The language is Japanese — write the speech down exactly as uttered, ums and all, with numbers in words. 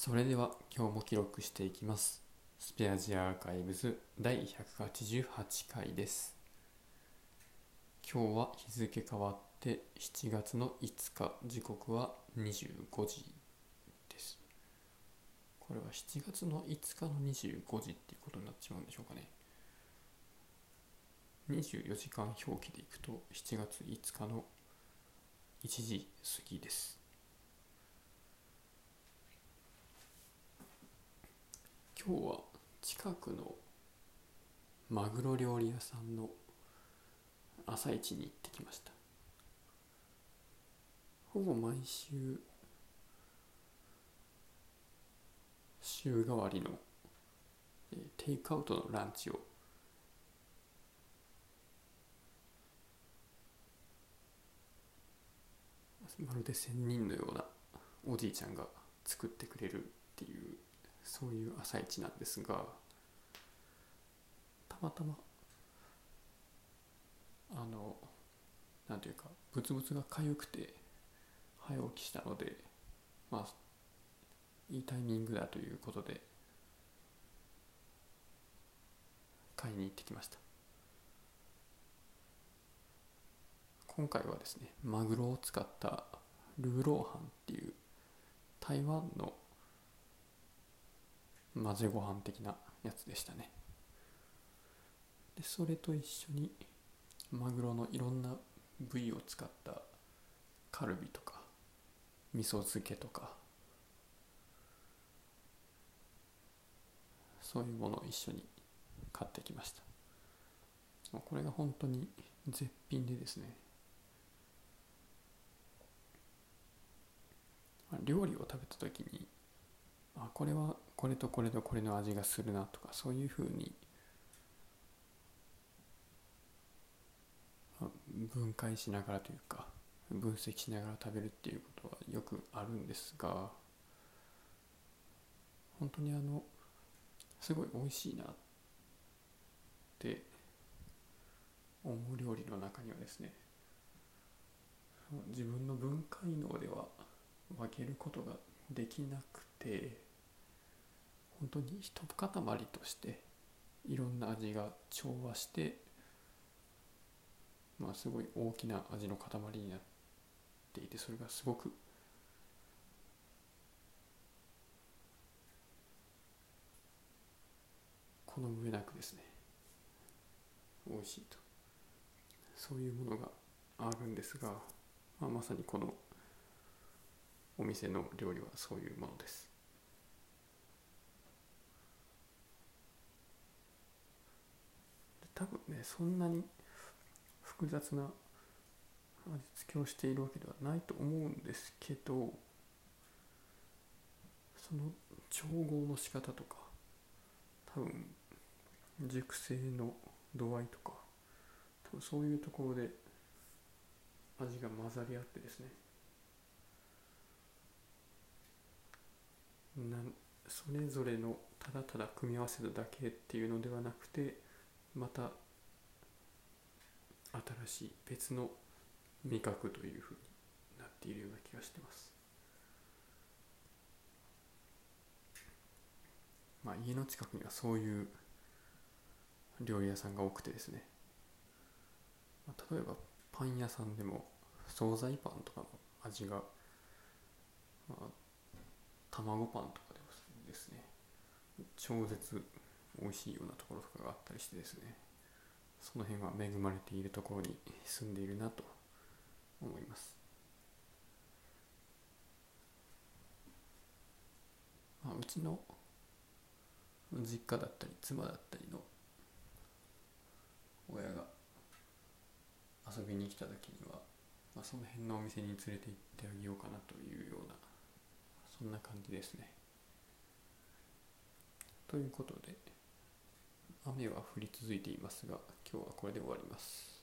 それでは今日も記録していきます。スペアジアアーカイブズだいひゃくはちじゅうはちかいです。今日は日付変わってしちがつのいつか、時刻はにじゅうごじです。これはしちがつのいつかのにじゅうごじっていうことになってしまうんでしょうかね。にじゅうよじかん表記でいくとしちがついつかのいちじ過ぎです。今日は近くのマグロ料理屋さんの朝市に行ってきました。ほぼ毎週週替わりのテイクアウトのランチをまるで仙人のようなおじいちゃんが作ってくれるっていう、そういう朝市なんですが、たまたまあのなんていうかブツブツが痒くて早起きしたので、まあいいタイミングだということで買いに行ってきました。今回はですね、マグロを使ったルーローハンっていう台湾の混ぜご飯的なやつでしたね。でそれと一緒にマグロのいろんな部位を使ったカルビとか味噌漬けとか、そういうものを一緒に買ってきました。これが本当に絶品でですね、料理を食べた時に、あ、これはこれとこれとこれの味がするなとか、そういうふうに分解しながらというか分析しながら食べるっていうことはよくあるんですが、本当にあのすごい美味しいなって思う料理の中にはですね、自分の分解能では分けることができなくて、本当に一塊としていろんな味が調和して、まあすごい大きな味の塊になっていて、それがすごくこの上なくですね美味しいと、そういうものがあるんですが、まあ、まさにこのお店の料理はそういうものです。多分ね、そんなに複雑な味付けをしているわけではないと思うんですけど、その調合の仕方とか、多分熟成の度合いとか、多分そういうところで味が混ざり合ってですね、なんそれぞれのただただ組み合わせただけっていうのではなくて、また新しい別の味覚というふうになっているような気がしてます。まあ家の近くにはそういう料理屋さんが多くてですね、例えばパン屋さんでも惣菜パンとかの味が、まあ、卵パンとかでもですね超絶美味しいようなところとかがあったりしてですね、その辺は恵まれているところに住んでいるなと思います。まあ、うちの実家だったり妻だったりの親が遊びに来た時には、まあ、その辺のお店に連れて行ってあげようかなというような、そんな感じですね。ということで雨は降り続いていますが、今日はこれで終わります。